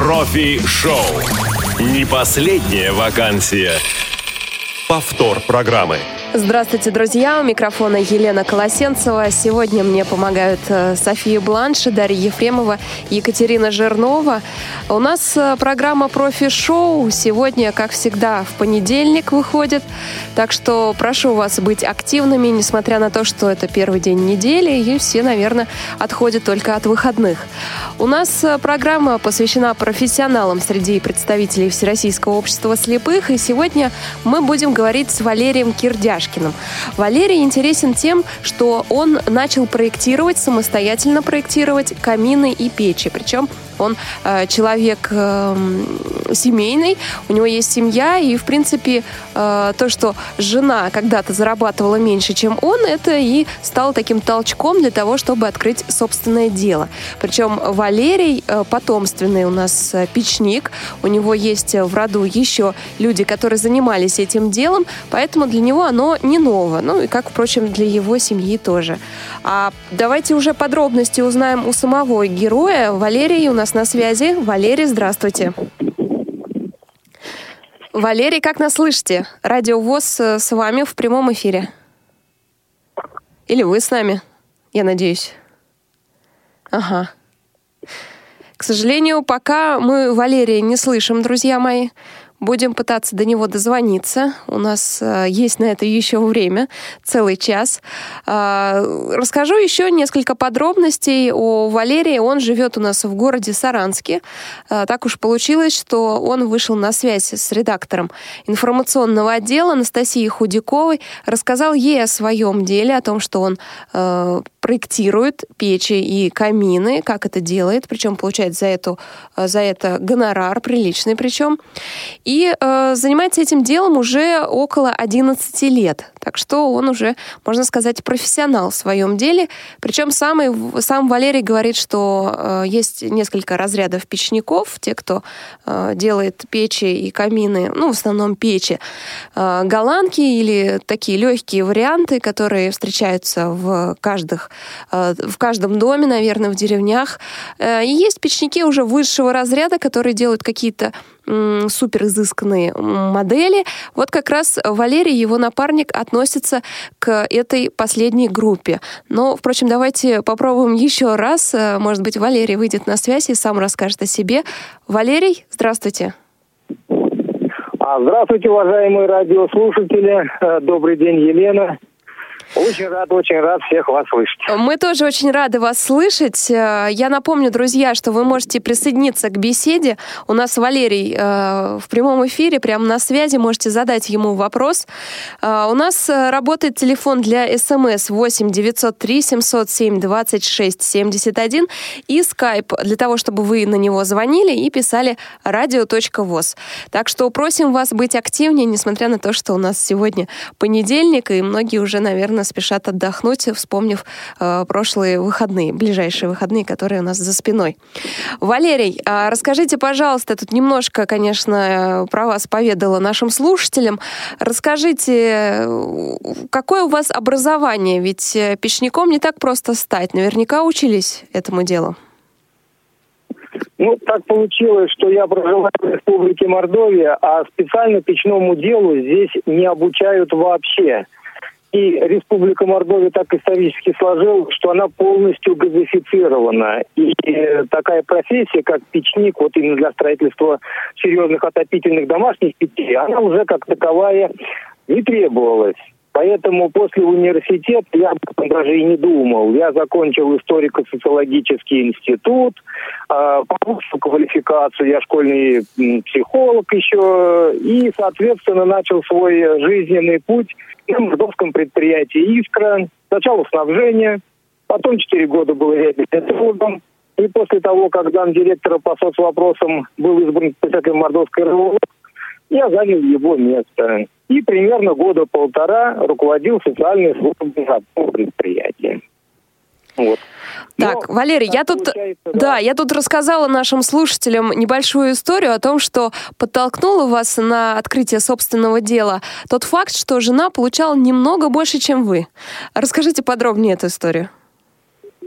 Профи-шоу. Не последняя вакансия. Повтор программы. Здравствуйте, друзья! У микрофона Елена Колосенцева. Сегодня мне помогают София Бланш, Дарья Ефремова, Екатерина Жирнова. У нас программа «Профи-шоу». Сегодня, как всегда, в понедельник выходит. Так что прошу вас быть активными, несмотря на то, что это первый день недели, и все, наверное, отходят только от выходных. У нас программа посвящена профессионалам среди представителей Всероссийского общества слепых. И сегодня мы будем говорить с Валерием Кирдяшкиным. Валерий интересен тем, что он начал самостоятельно проектировать камины и печи. Причем он человек семейный, у него есть семья, и, в принципе, то, что жена когда-то зарабатывала меньше, чем он, это и стало таким толчком для того, чтобы открыть собственное дело. Причем Валерий потомственный у нас печник, у него есть в роду еще люди, которые занимались этим делом, поэтому для него оно не ново, ну и как, впрочем, для его семьи тоже. А давайте уже подробности узнаем у самого героя. Валерий у нас на связи. Валерий, здравствуйте. Валерий, как нас слышите? Радио ВОС с вами в прямом эфире. Или вы с нами, я надеюсь. Ага. К сожалению, пока мы Валерия не слышим, друзья мои. Будем пытаться до него дозвониться. У нас есть на это еще время, целый час. Расскажу еще несколько подробностей о Валерии. Он живет у нас в городе Саранске. Так уж получилось, что он вышел на связь с редактором информационного отдела Анастасией Худяковой, рассказал ей о своем деле, о том, что он проектирует печи и камины, как это делает, причем получает за это гонорар, приличный причем. И занимается этим делом уже около 11 лет. Так что он уже, можно сказать, профессионал в своем деле. Причем сам Валерий говорит, что есть несколько разрядов печников. Те, кто делает печи и камины, в основном печи, голландки или такие легкие варианты, которые встречаются в каждом доме, наверное, в деревнях. И есть печники уже высшего разряда, которые делают какие-то супер изысканные модели. Вот как раз Валерий, его напарник, относится к этой последней группе. Но, впрочем, давайте попробуем еще раз. Может быть, Валерий выйдет на связь и сам расскажет о себе. Валерий, здравствуйте. Здравствуйте, уважаемые радиослушатели. Добрый день, Елена. Очень рад всех вас слышать. Мы тоже очень рады вас слышать. Я напомню, друзья, что вы можете присоединиться к беседе. У нас Валерий в прямом эфире, прямо на связи, можете задать ему вопрос. У нас работает телефон для СМС 8 903 707 26 71 и скайп для того, чтобы вы на него звонили и писали radio.voz. Так что просим вас быть активнее, несмотря на то, что у нас сегодня понедельник, и многие уже, наверное, спешат отдохнуть, вспомнив ближайшие выходные, которые у нас за спиной. Валерий, расскажите, пожалуйста, тут немножко, конечно, про вас поведала нашим слушателям. Расскажите, какое у вас образование? Ведь печником не так просто стать. Наверняка учились этому делу. Так получилось, что я проживаю в Республике Мордовия, а специально печному делу здесь не обучают вообще. И Республика Мордовия так исторически сложилась, что она полностью газифицирована. И такая профессия, как печник, именно для строительства серьезных отопительных домашних печей, она уже как таковая не требовалась. Поэтому после университета я об этом даже и не думал. Я закончил историко-социологический институт, повысил квалификацию, я школьный психолог еще, и, соответственно, начал свой жизненный путь на мордовском предприятии «Искра». Сначала снабжение, потом 4 года был реабилитологом. И после того, как замдиректора по соцвопросам был избран председателем Мордовской РВО, я занял его место. И примерно 1.5 года руководил социальной службой предприятия. Вот. Так, Валерий, я тут рассказала нашим слушателям небольшую историю о том, что подтолкнуло вас на открытие собственного дела тот факт, что жена получала немного больше, чем вы. Расскажите подробнее эту историю.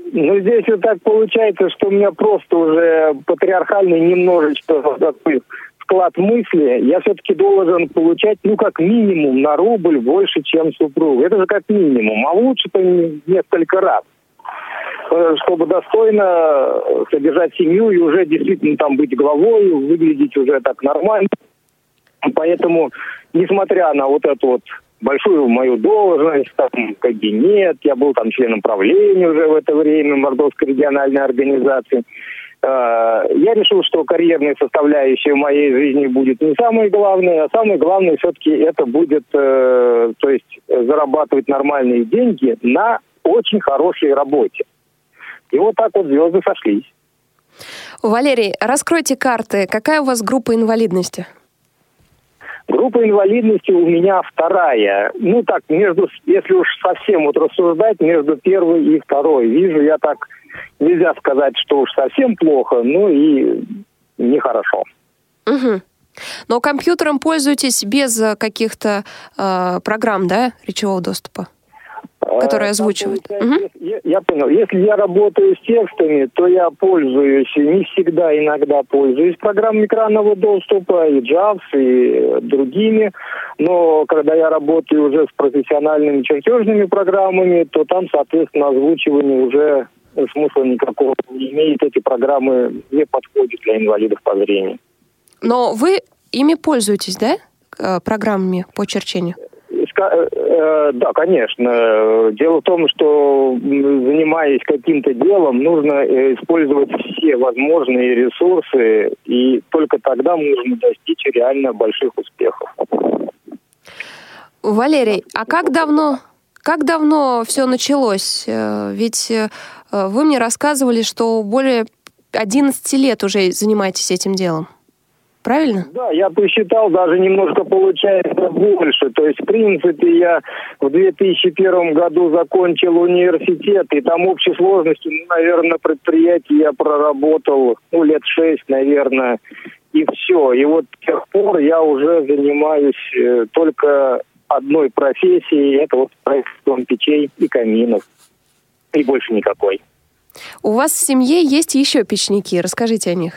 Ну, здесь вот так получается, что у меня просто уже патриархальный немножечко такой склад мысли. Я все-таки должен получать, как минимум на рубль больше, чем супруг. Это же как минимум, а лучше-то несколько раз. Чтобы достойно содержать семью и уже действительно там быть главой, выглядеть уже так нормально. Поэтому, несмотря на вот эту вот большую мою должность, там, кабинет, я был там членом правления уже в это время Мордовской региональной организации, я решил, что карьерная составляющая в моей жизни будет не самое главное, а самое главное все-таки это будет, то есть зарабатывать нормальные деньги на очень хорошей работе. И вот так вот звезды сошлись. Валерий, раскройте карты. Какая у вас группа инвалидности? Группа инвалидности у меня вторая. Если уж совсем вот рассуждать, между первой и второй. Вижу я так, нельзя сказать, что уж совсем плохо, и нехорошо. Угу. Но компьютером пользуетесь без каких-то программ, да, речевого доступа, которые озвучивают? Я понял. Если я работаю с текстами, то я пользуюсь, не всегда, иногда пользуюсь программами экранного доступа, и JAWS, и другими. Но когда я работаю уже с профессиональными чертежными программами, то там, соответственно, озвучивание уже смысла никакого не имеет. Эти программы не подходят для инвалидов по зрению. Но вы ими пользуетесь, да? Программами по черчению? Да, конечно. Дело в том, что, занимаясь каким-то делом, нужно использовать все возможные ресурсы, и только тогда можно достичь реально больших успехов. Валерий, а как давно все началось? Ведь вы мне рассказывали, что более 11 лет уже занимаетесь этим делом. Правильно? Да, я посчитал, даже немножко получается больше. То есть, в принципе, я в 2001 году закончил университет, и там общей сложностью, наверное, на предприятии я проработал, лет 6, наверное, и все. И вот с тех пор я уже занимаюсь только одной профессией, это вот строительством печей и каминов. И больше никакой. У вас в семье есть еще печники, расскажите о них.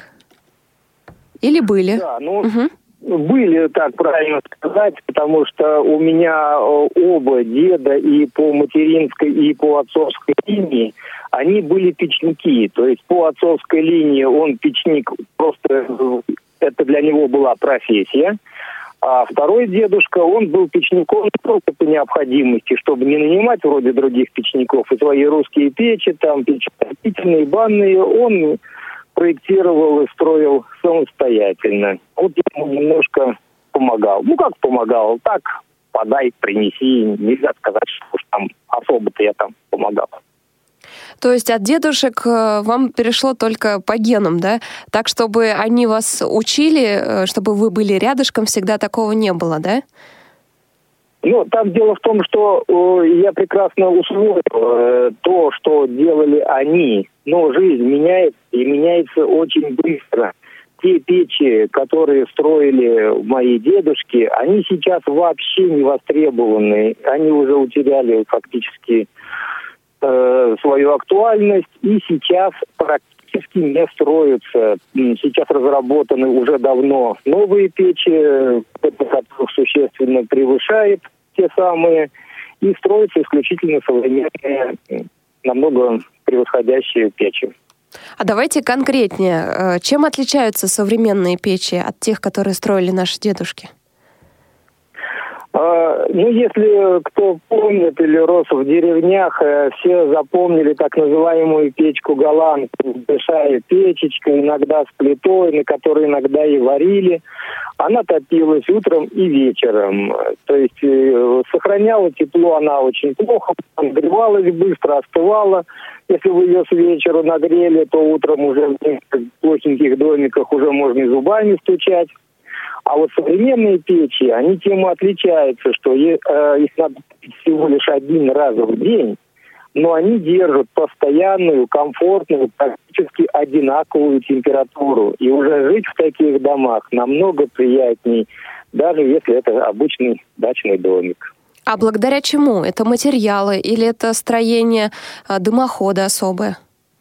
Или были? Да, были, так правильно сказать, потому что у меня оба деда и по материнской, и по отцовской линии, они были печники. То есть по отцовской линии он печник, просто это для него была профессия. А второй дедушка, он был печником просто по необходимости, чтобы не нанимать вроде других печников. И свои русские печи, там печные, банные, он проектировал и строил самостоятельно. Вот я ему немножко помогал. Как помогал? Так, подай, принеси. Нельзя сказать, что уж там особо-то я там помогал. То есть от дедушек вам перешло только по генам, да? Так, чтобы они вас учили, чтобы вы были рядышком, всегда такого не было, да? Там дело в том, что я прекрасно усвоил то, что делали они. Но жизнь меняется, и меняется очень быстро. Те печи, которые строили мои дедушки, они сейчас вообще не востребованы. Они уже утеряли фактически свою актуальность, и сейчас практически не строятся. Сейчас разработаны уже давно новые печи, которых существенно превышает те самые, и строятся исключительно современные, намного превосходящие печи. А давайте конкретнее. Чем отличаются современные печи от тех, которые строили наши дедушки? Если кто помнит или рос в деревнях, все запомнили так называемую печку голландскую. Большая печечка, иногда с плитой, на которой иногда и варили. Она топилась утром и вечером. То есть сохраняла тепло она очень плохо, нагревалась быстро, остывала. Если вы ее с вечера нагрели, то утром уже в плохеньких домиках уже можно и зубами стучать. А вот современные печи, они тем и отличаются, что их надо печь всего лишь один раз в день, но они держат постоянную, комфортную, практически одинаковую температуру. И уже жить в таких домах намного приятней, даже если это обычный дачный домик. А благодаря чему? Это материалы или это строение дымохода особое?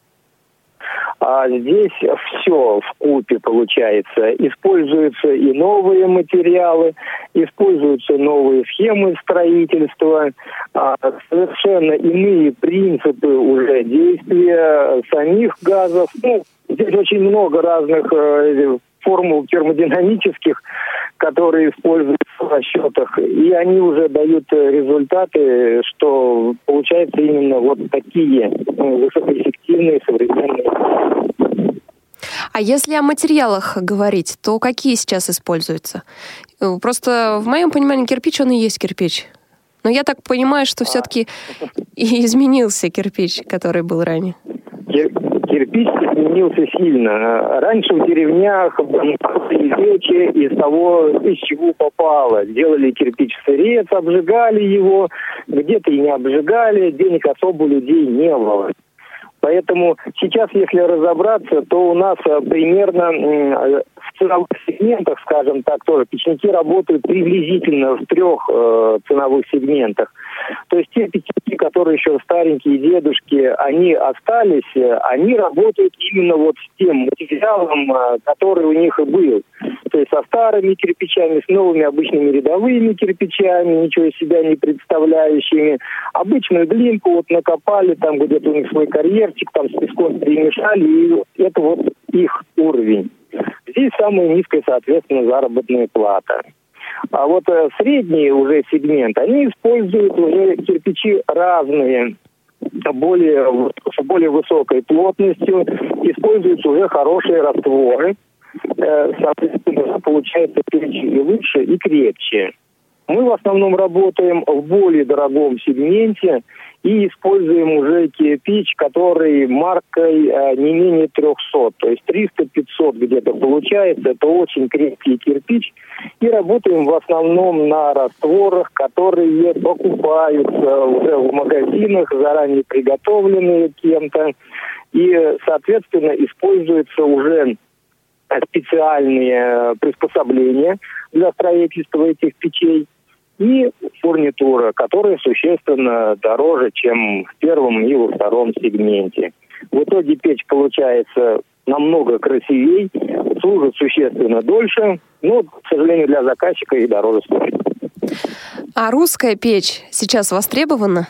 А здесь все вкупе получается. Используются и новые материалы, используются новые схемы строительства, совершенно иные принципы уже действия самих газов. Здесь очень много разных формул термодинамических, которые используются в расчетах, и они уже дают результаты, что получается именно вот такие высокоэффективные современные. А если о материалах говорить, то какие сейчас используются? Просто в моем понимании кирпич, он и есть кирпич. Но я так понимаю, что все-таки и изменился кирпич, который был ранее. Кирпич изменился сильно. Раньше в деревнях печи из того, из чего попало. Делали кирпич-сырец, обжигали его, где-то и не обжигали, денег особо у людей не было. Поэтому сейчас, если разобраться, то у нас примерно в ценовых сегментах, скажем так, тоже печники работают приблизительно в 3 ценовых сегментах. То есть те печники, которые еще старенькие дедушки, они остались, они работают именно вот с тем материалом, который у них и был. То есть со старыми кирпичами, с новыми обычными рядовыми кирпичами, ничего из себя не представляющими. Обычную глинку вот накопали, там где-то у них свой карьерчик, там с песком перемешали, и это вот их уровень. Здесь самая низкая, соответственно, заработная плата. А вот средний уже сегмент, они используют уже кирпичи разные, с более высокой плотностью, используются уже хорошие растворы, соответственно, получается печь и лучше, и крепче. Мы в основном работаем в более дорогом сегменте и используем уже кирпич, который маркой не менее 300, то есть 300-500 где-то получается. Это очень крепкий кирпич. И работаем в основном на растворах, которые покупаются уже в магазинах, заранее приготовленные кем-то. И, соответственно, используются уже специальные приспособления для строительства этих печей и фурнитура, которая существенно дороже, чем в первом и во втором сегменте. В итоге печь получается намного красивей, служит существенно дольше, но, к сожалению, для заказчика и дороже стоит. А русская печь сейчас востребована?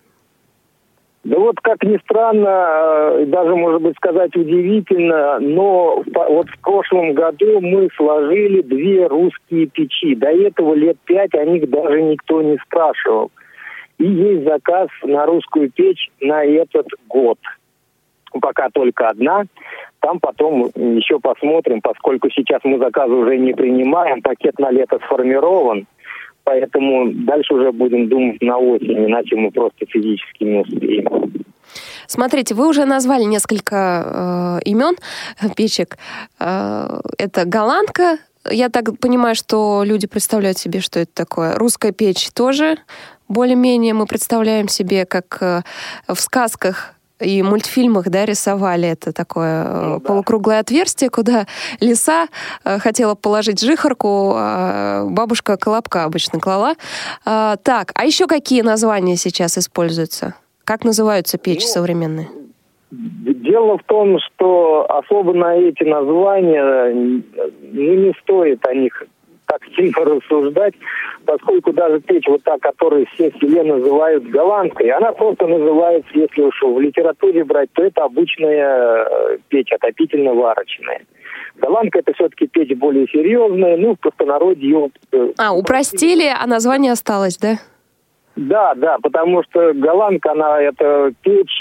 Да вот, как ни странно, даже, может быть, сказать удивительно, но вот в прошлом году мы сложили 2 русские печи. До этого лет 5 о них даже никто не спрашивал. И есть заказ на русскую печь на этот год. Пока только одна. Там потом еще посмотрим, поскольку сейчас мы заказы уже не принимаем, пакет на лето сформирован. Поэтому дальше уже будем думать на осень, иначе мы просто физически не успеем. Смотрите, вы уже назвали несколько имен печек. Это голландка. Я так понимаю, что люди представляют себе, что это такое. Русская печь тоже более-менее мы представляем себе, как в сказках и мультфильмах, да, рисовали это такое полукруглое отверстие, куда лиса хотела положить жихарку, а бабушка колобка обычно клала. Так, а еще какие названия сейчас используются? Как называются печи современные? Дело в том, что особо на эти названия не стоит о них так сильно рассуждать, поскольку даже печь вот та, которую все в селе называют голландской, она просто называется, если уж в литературе брать, то это обычная печь, отопительно-варочная. Голландка — это все-таки печь более серьезная, в простонародье ее... Упростили, а название осталось, да? Да, потому что голландка, она, это печь,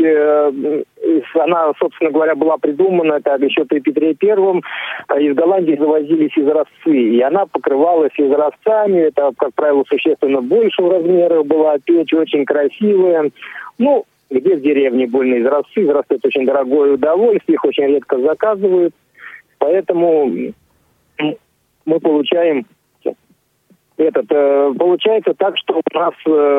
она, собственно говоря, была придумана так еще при Петре Первом. Из Голландии завозились изразцы, и она покрывалась изразцами. Это, как правило, существенно большего размера была печь, очень красивая. Где в деревне больно изразцы? Изразцы — это очень дорогое удовольствие, их очень редко заказывают. Поэтому мы получаем... Получается так, что у нас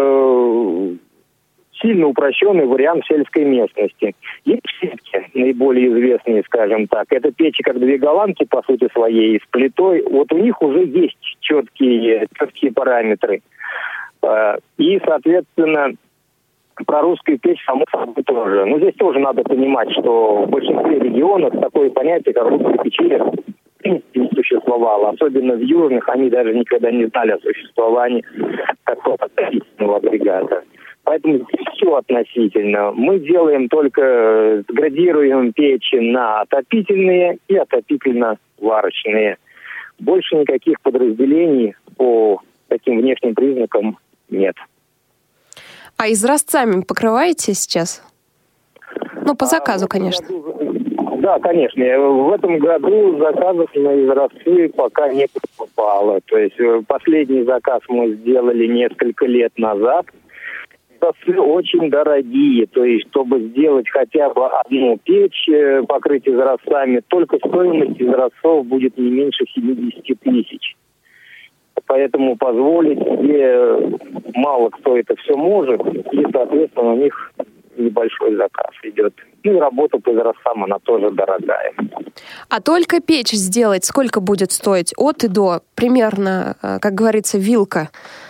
сильно упрощенный вариант сельской местности. Есть сетки, наиболее известные, скажем так. Это печи, как 2 голландки, по сути своей, с плитой. Вот у них уже есть четкие параметры. И, соответственно, про русскую печь, само собой, тоже. Но здесь тоже надо понимать, что в большинстве регионов такое понятие, как русская печенье, в принципе, не существовало. Особенно в южных, они даже никогда не знали о существовании такого отопительного агрегата. Поэтому здесь все относительно. Мы делаем только, градируем печи на отопительные и отопительно-варочные. Больше никаких подразделений по таким внешним признакам нет. А изразцами покрываете сейчас? Ну, по заказу, конечно. Да, конечно. В этом году заказов на изразцы пока не поступало. То есть последний заказ мы сделали несколько лет назад. Изразцы очень дорогие. То есть, чтобы сделать хотя бы одну печь, покрыть изразцами, только стоимость изразцов будет не меньше 70 тысяч. Поэтому позволить себе мало кто это все может. И, соответственно, у них небольшой заказ идет. Ну и работа по изразцам, она тоже дорогая. А только печь сделать сколько будет стоить? От и до. Примерно, как говорится, вилка.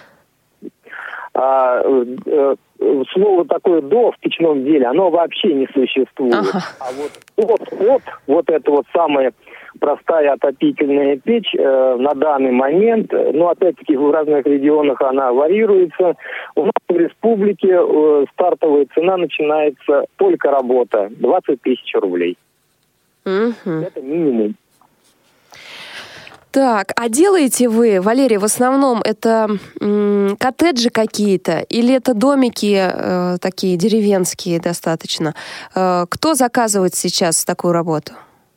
Слово такое «до» в печном деле, оно вообще не существует. Ага. А вот это вот самая простая отопительная печь на данный момент, но опять-таки в разных регионах она варьируется. У нас в республике стартовая цена начинается, только работа, 20 тысяч рублей. Угу. Это минимум. Так, а делаете вы, Валерий, в основном это коттеджи какие-то или это домики такие деревенские достаточно? Кто заказывает сейчас такую работу?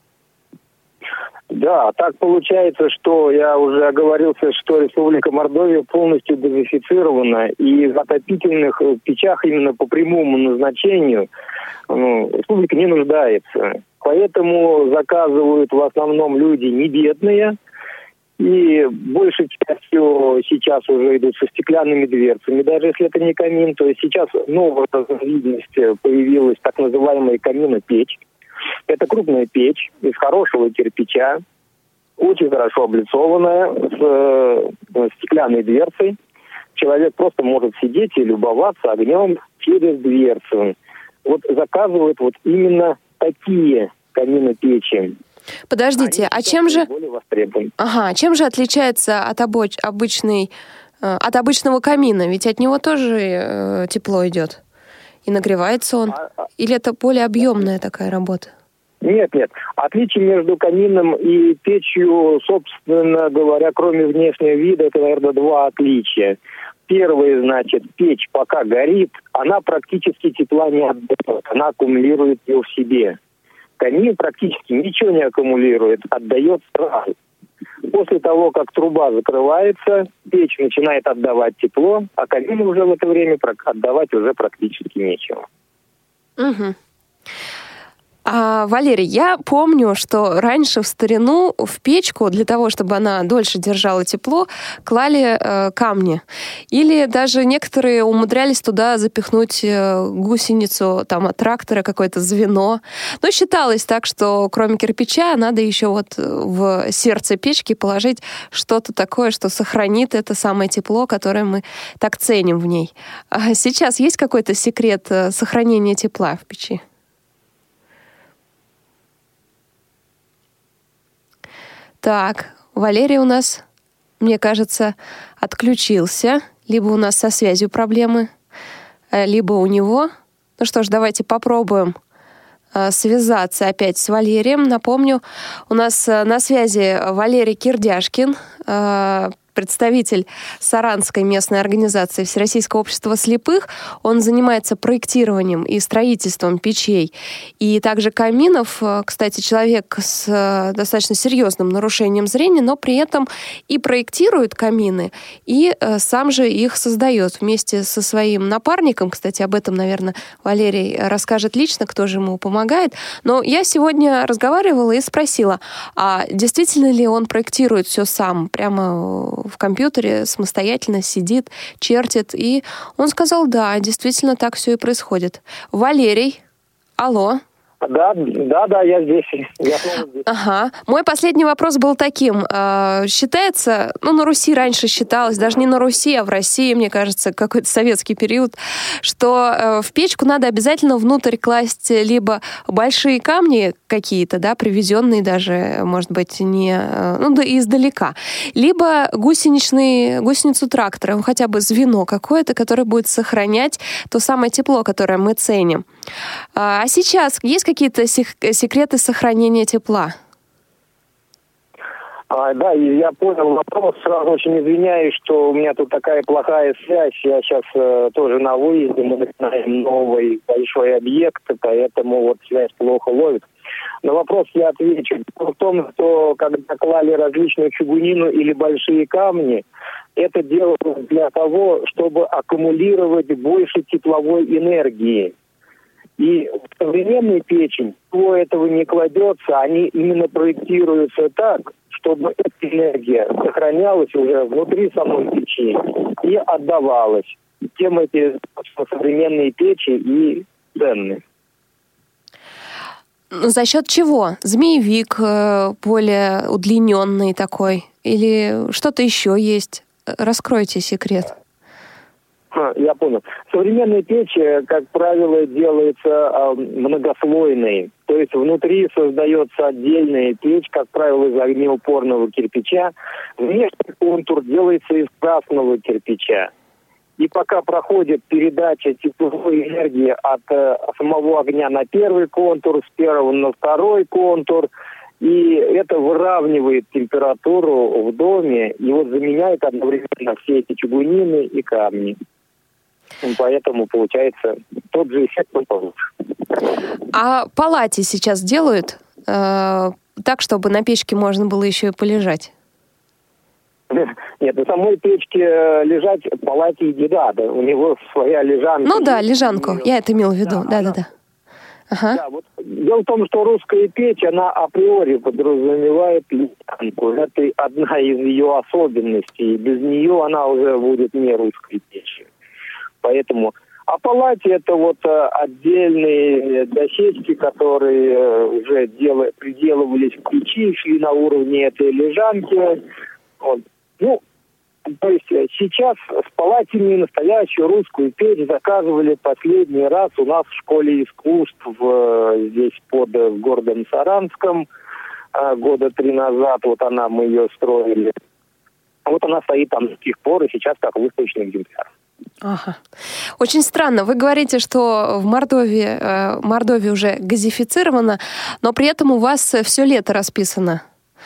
Да, так получается, что я уже оговорился, что Республика Мордовия полностью газифицирована, и в отопительных печах именно по прямому назначению республика не нуждается. Поэтому заказывают в основном люди не бедные, и большей частью сейчас уже идут со стеклянными дверцами, даже если это не камин. То есть сейчас новая разновидность появилась, так называемая каминопечь. Это крупная печь из хорошего кирпича, очень хорошо облицованная, с стеклянной дверцей. Человек просто может сидеть и любоваться огнем через дверцу. Вот заказывают вот именно такие каминопечи. Подождите, чем же отличается от обычного камина? Ведь от него тоже тепло идет. И нагревается он? Или это более объемная такая работа? Нет. Отличие между камином и печью, собственно говоря, кроме внешнего вида, это, наверное, два отличия. Первое, значит, печь пока горит, она практически тепла не отдает, она аккумулирует ее в себе. Камин практически ничего не аккумулирует, отдает сразу. После того, как труба закрывается, печь начинает отдавать тепло, а камин уже в это время отдавать уже практически нечего. Угу. Валерий, я помню, что раньше в старину в печку, для того, чтобы она дольше держала тепло, клали камни. Или даже некоторые умудрялись туда запихнуть гусеницу там, от трактора, какое-то звено. Но считалось так, что кроме кирпича надо еще вот в сердце печки положить что-то такое, что сохранит это самое тепло, которое мы так ценим в ней. А сейчас есть какой-то секрет сохранения тепла в печи? Так, Валерий у нас, мне кажется, отключился. Либо у нас со связью проблемы, либо у него. Ну что ж, давайте попробуем связаться опять с Валерием. Напомню, у нас на связи Валерий Кирдяшкин, представитель Саранской местной организации Всероссийского общества слепых. Он занимается проектированием и строительством печей и также каминов. Кстати, человек с достаточно серьезным нарушением зрения, но при этом и проектирует камины, и сам же их создает вместе со своим напарником. Кстати, об этом, наверное, Валерий расскажет лично, кто же ему помогает. Но я сегодня разговаривала и спросила, а действительно ли он проектирует все сам, прямо в компьютере самостоятельно сидит, чертит. И он сказал, да, действительно так все и происходит. Валерий, алло. Да, я здесь. Я снова здесь. Ага. Мой последний вопрос был таким. Считается, на Руси раньше считалось, даже не на Руси, а в России, мне кажется, какой-то советский период, что в печку надо обязательно внутрь класть либо большие камни какие-то, да, привезенные даже, может быть, не, издалека, либо гусеницу трактора, хотя бы звено какое-то, которое будет сохранять то самое тепло, которое мы ценим. А сейчас есть какие-то секреты сохранения тепла? Да, я понял вопрос. Сразу очень извиняюсь, что у меня тут такая плохая связь. Я сейчас тоже на выезде. Мы начинаем новый большой объект, поэтому вот связь плохо ловит. На вопрос я отвечу. В том, что когда клали различную чугунину или большие камни, это делалось для того, чтобы аккумулировать больше тепловой энергии. И в современной печи всего этого не кладется, они именно проектируются так, чтобы эта энергия сохранялась уже внутри самой печи и отдавалась. Тем эти современные печи и ценны. За счет чего? Змеевик более удлиненный такой? Или что-то еще есть? Раскройте секрет. Я понял. Современная печь, как правило, делается многослойной. То есть внутри создается отдельная печь, как правило, из огнеупорного кирпича. Внешний контур делается из красного кирпича. И пока проходит передача тепловой энергии от самого огня на первый контур, с первого на второй контур, и это выравнивает температуру в доме, и вот заменяет одновременно все эти чугунины и камни. Поэтому получается тот же эффект, но получше. А палати сейчас делают так, чтобы на печке можно было еще и полежать? Нет, на самой печке лежать палати не надо. У него своя лежанка. Ну да, лежанку. Я это имела в виду. Да. Ага. Да, вот. Дело в том, что русская печь, она априори подразумевает лежанку. Это одна из ее особенностей. Без нее она уже будет не русской печью. Поэтому... А палати это вот отдельные дощечки, которые уже приделывались к печи, шли на уровне этой лежанки. Вот. Ну, то есть сейчас с палатями настоящую русскую печь заказывали последний раз у нас в школе искусств здесь под городом Саранском года 3 назад. Вот мы ее строили. Вот она стоит там до сих пор и сейчас как выставочный экземпляр. Ага. Очень странно. Вы говорите, что в Мордовия уже газифицирована, но при этом у вас все лето расписано.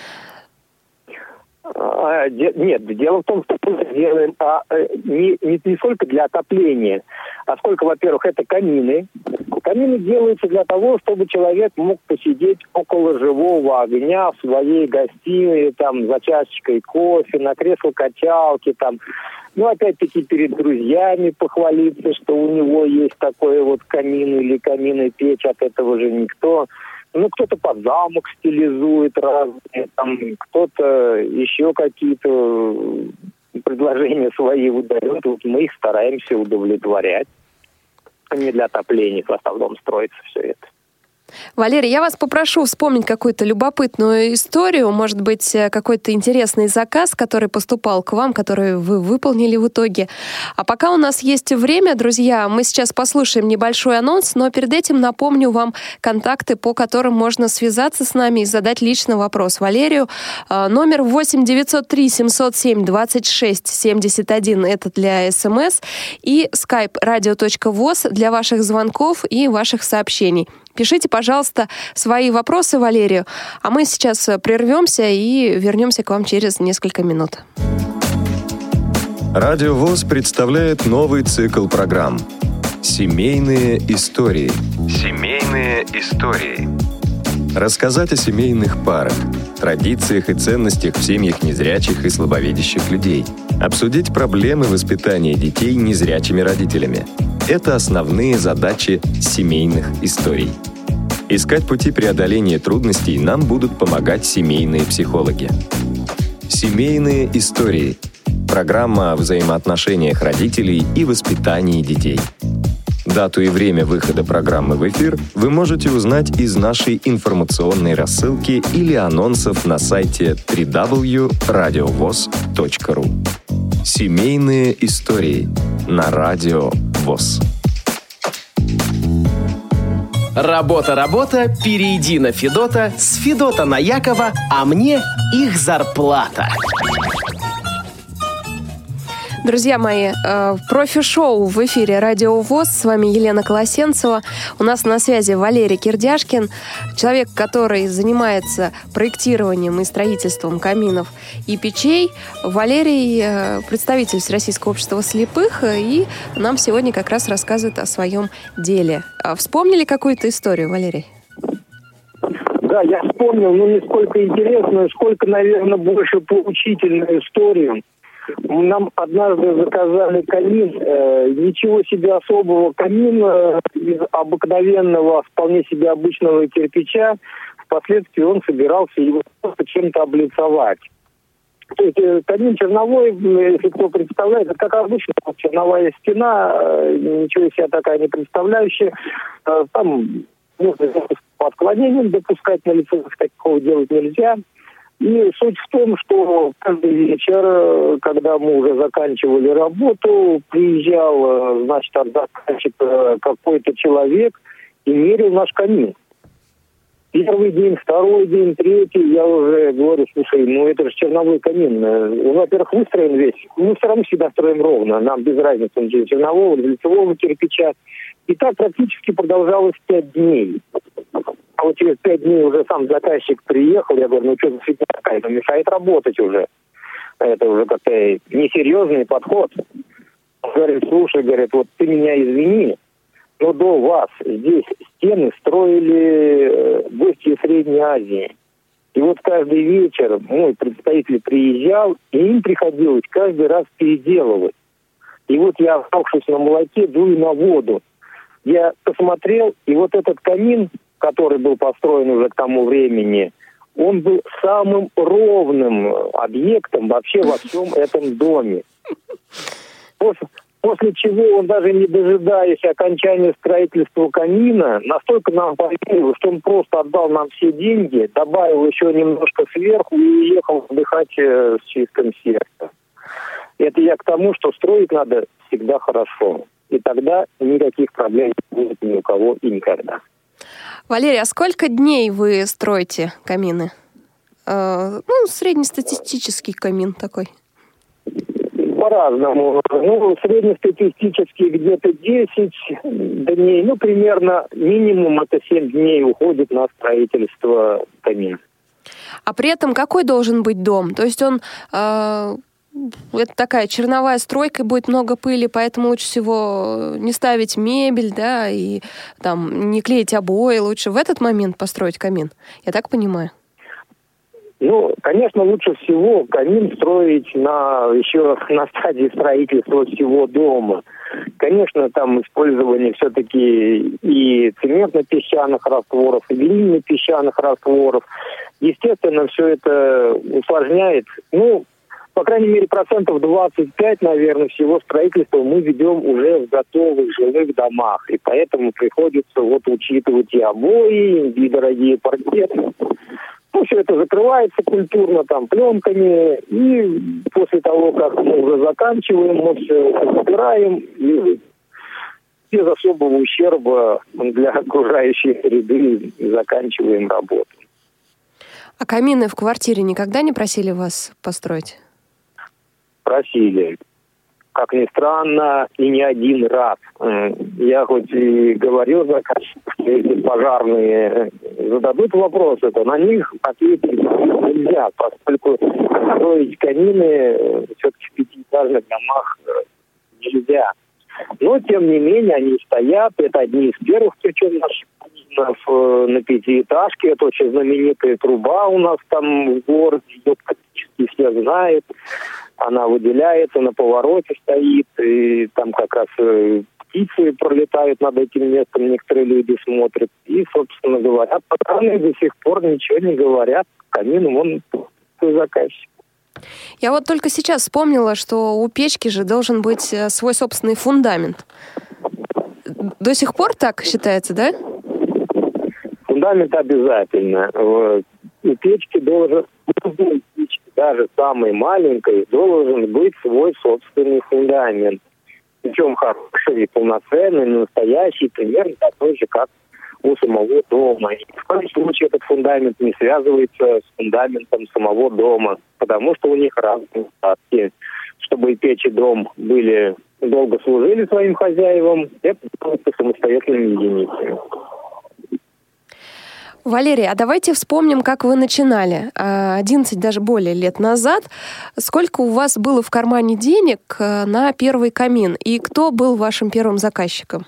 Нет, дело в том, что мы делаем не сколько для отопления, а сколько, во-первых, это камины. Камины делаются для того, чтобы человек мог посидеть около живого огня в своей гостиной, там, за чашечкой кофе, на кресло-качалке, там. Ну, опять-таки, перед друзьями похвалиться, что у него есть такой вот камин или каминная печь, от этого же никто... Ну, кто-то под замок стилизует разные, там, кто-то еще какие-то предложения свои выдает. Вот мы их стараемся удовлетворять. Не для отопления в основном строится все это. Валерий, я вас попрошу вспомнить какую-то любопытную историю, может быть, какой-то интересный заказ, который поступал к вам, который вы выполнили в итоге. А пока у нас есть время, друзья, мы сейчас послушаем небольшой анонс, но перед этим напомню вам контакты, по которым можно связаться с нами и задать лично вопрос Валерию. Номер 8-903-707-26-71, это для СМС, и skype radio.voz для ваших звонков и ваших сообщений. Пишите, пожалуйста, свои вопросы Валерию, а мы сейчас прервемся и вернемся к вам через несколько минут. Радио ВОС представляет новый цикл программ «Семейные истории». Семейные истории. Рассказать о семейных парах, традициях и ценностях в семьях незрячих и слабовидящих людей. Обсудить проблемы воспитания детей незрячими родителями. Это основные задачи семейных историй. Искать пути преодоления трудностей нам будут помогать семейные психологи. Семейные истории. Программа о взаимоотношениях родителей и воспитании детей. Дату и время выхода программы в эфир вы можете узнать из нашей информационной рассылки или анонсов на сайте www.radiovoz.ru. Семейные истории на Радио ВОС. Работа, перейди на Федота, с Федота на Якова, а мне их зарплата. Друзья мои, профи-шоу в эфире Радио ВОС. С вами Елена Колосенцева. У нас на связи Валерий Кирдяшкин, человек, который занимается проектированием и строительством каминов и печей. Валерий – представитель Всероссийского общества слепых, и нам сегодня как раз рассказывает о своем деле. Вспомнили какую-то историю, Валерий? Да, я вспомнил, но не сколько интересную, сколько, наверное, больше поучительную историю. Нам однажды заказали камин, ничего себе особого, камин из обыкновенного, вполне себе обычного кирпича. Впоследствии он собирался его просто чем-то облицовать. То есть камин черновой, если кто представляет, это как обычно черновая стена, ничего из себя такая не представляющая. Там можно по отклонениям допускать на лицо, такого делать нельзя. И суть в том, что каждый вечер, когда мы уже заканчивали работу, приезжал, значит, от заказчика какой-то человек и мерил наш камин. Первый день, второй день, третий, я уже говорю, слушай, это же черновой камин. Он, во-первых, выстроен весь. Мы все равно всегда строим ровно. Нам без разницы, он чернового, лицевого кирпича. И так практически продолжалось 5 дней. А вот через 5 дней уже сам заказчик приехал, я говорю, что за фигня такая, мешает работать уже. Это уже как-то несерьезный подход. Он говорит, слушай, говорит, вот ты меня извини, но до вас здесь стены строили гости из Средней Азии. И вот каждый вечер мой представитель приезжал, и им приходилось каждый раз переделывать. И вот я, оставшись на молоке, дую на воду. Я посмотрел, и вот этот камин, который был построен уже к тому времени, он был самым ровным объектом вообще во всем этом доме. После чего он, даже не дожидаясь окончания строительства камина, настолько нам поверил, что он просто отдал нам все деньги, добавил еще немножко сверху и уехал отдыхать с чистым сердцем. Это я к тому, что строить надо всегда хорошо. И тогда никаких проблем не будет ни у кого и никогда. Валерий, а сколько дней вы строите камины? Среднестатистический камин такой. По-разному. Среднестатистически где-то 10 дней. Примерно минимум это 7 дней уходит на строительство камина. А при этом какой должен быть дом? То есть он... это такая черновая стройка, будет много пыли, поэтому лучше всего не ставить мебель, да, и там не клеить обои. Лучше в этот момент построить камин. Я так понимаю? Конечно, лучше всего камин строить еще на стадии строительства всего дома. Конечно, там использование все-таки и цементно-песчаных растворов, и глиняно-песчаных растворов. Естественно, все это усложняет. По крайней мере, 25%, наверное, всего строительства мы ведем уже в готовых жилых домах. И поэтому приходится учитывать и обои, и дорогие паркеты. Все это закрывается культурно, пленками. И после того, как мы уже заканчиваем, мы все собираем. И без особого ущерба для окружающей среды заканчиваем работу. А камины в квартире никогда не просили вас построить? Просили. Как ни странно, и не один раз. Я хоть и говорил заказчику, что если пожарные зададут вопросы, то на них ответить нельзя, поскольку строить камины все-таки в пятиэтажных домах нельзя. Но, тем не менее, они стоят. Это одни из первых, причем наших каминов на пятиэтажке. Это очень знаменитая труба у нас там в городе. Ее практически все знают. Она выделяется, на повороте стоит, и там как раз птицы пролетают над этим местом, некоторые люди смотрят. И, собственно говоря, пожарные до сих пор ничего не говорят. Камин, он заказчик. Я только сейчас вспомнила, что у печки же должен быть свой собственный фундамент. до сих пор так считается, да? Фундамент обязательно. У печки должен, даже самой маленькой, должен быть свой собственный фундамент. Причем хороший, полноценный, настоящий, примерно такой же, как у самого дома. И в коем случае этот фундамент не связывается с фундаментом самого дома, потому что у них разные статки. Чтобы и печь, и дом долго служили своим хозяевам, это делается самостоятельными единицами. Валерий, а давайте вспомним, как вы начинали. 11, даже более лет назад. Сколько у вас было в кармане денег на первый камин? И кто был вашим первым заказчиком?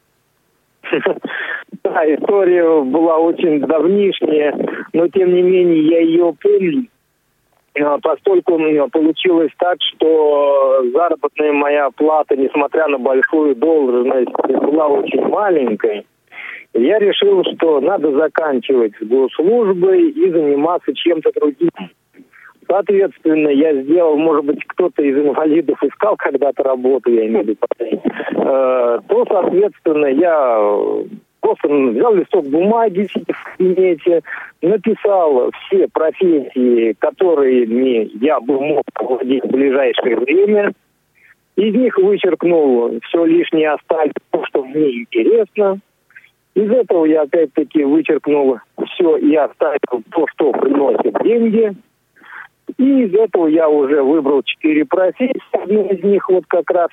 Да, история была очень давнишняя, но тем не менее я ее помню. Поскольку у меня получилось так, что заработная моя плата, несмотря на большую должность, была очень маленькой, я решил, что надо заканчивать с госслужбой и заниматься чем-то другим. Соответственно, я сделал, может быть, кто-то из инвалидов искал когда-то работу, я имею в виду, то, соответственно, я просто взял листок бумаги в кабинете, написал все профессии, которыми я бы мог овладеть в ближайшее время. Из них вычеркнул все лишнее, оставил то, что мне интересно. Из этого я опять-таки вычеркнул все и оставил то, что приносит деньги. И из этого я уже выбрал 4 профессии. Одна из них вот как раз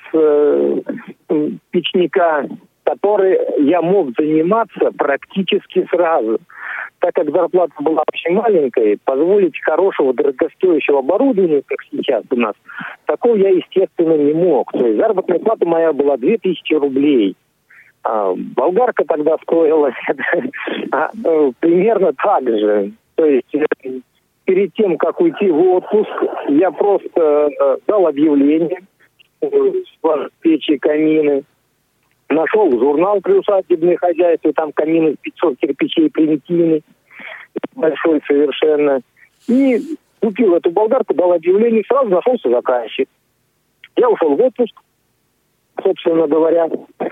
печника, которой я мог заниматься практически сразу. Так как зарплата была очень маленькой, позволить хорошего, дорогостоящего оборудования, как сейчас у нас, такого я, естественно, не мог. То есть заработная плата моя была 2000 рублей. Болгарка тогда стоила примерно так же. То есть перед тем, как уйти в отпуск, я просто дал объявление в печи и камины. Нашел журнал «Приусадебное хозяйство», там камин из 500 кирпичей примитивный, большой совершенно. И купил эту болгарку, дал объявление, сразу нашелся заказчик. Я ушел в отпуск, собственно говоря,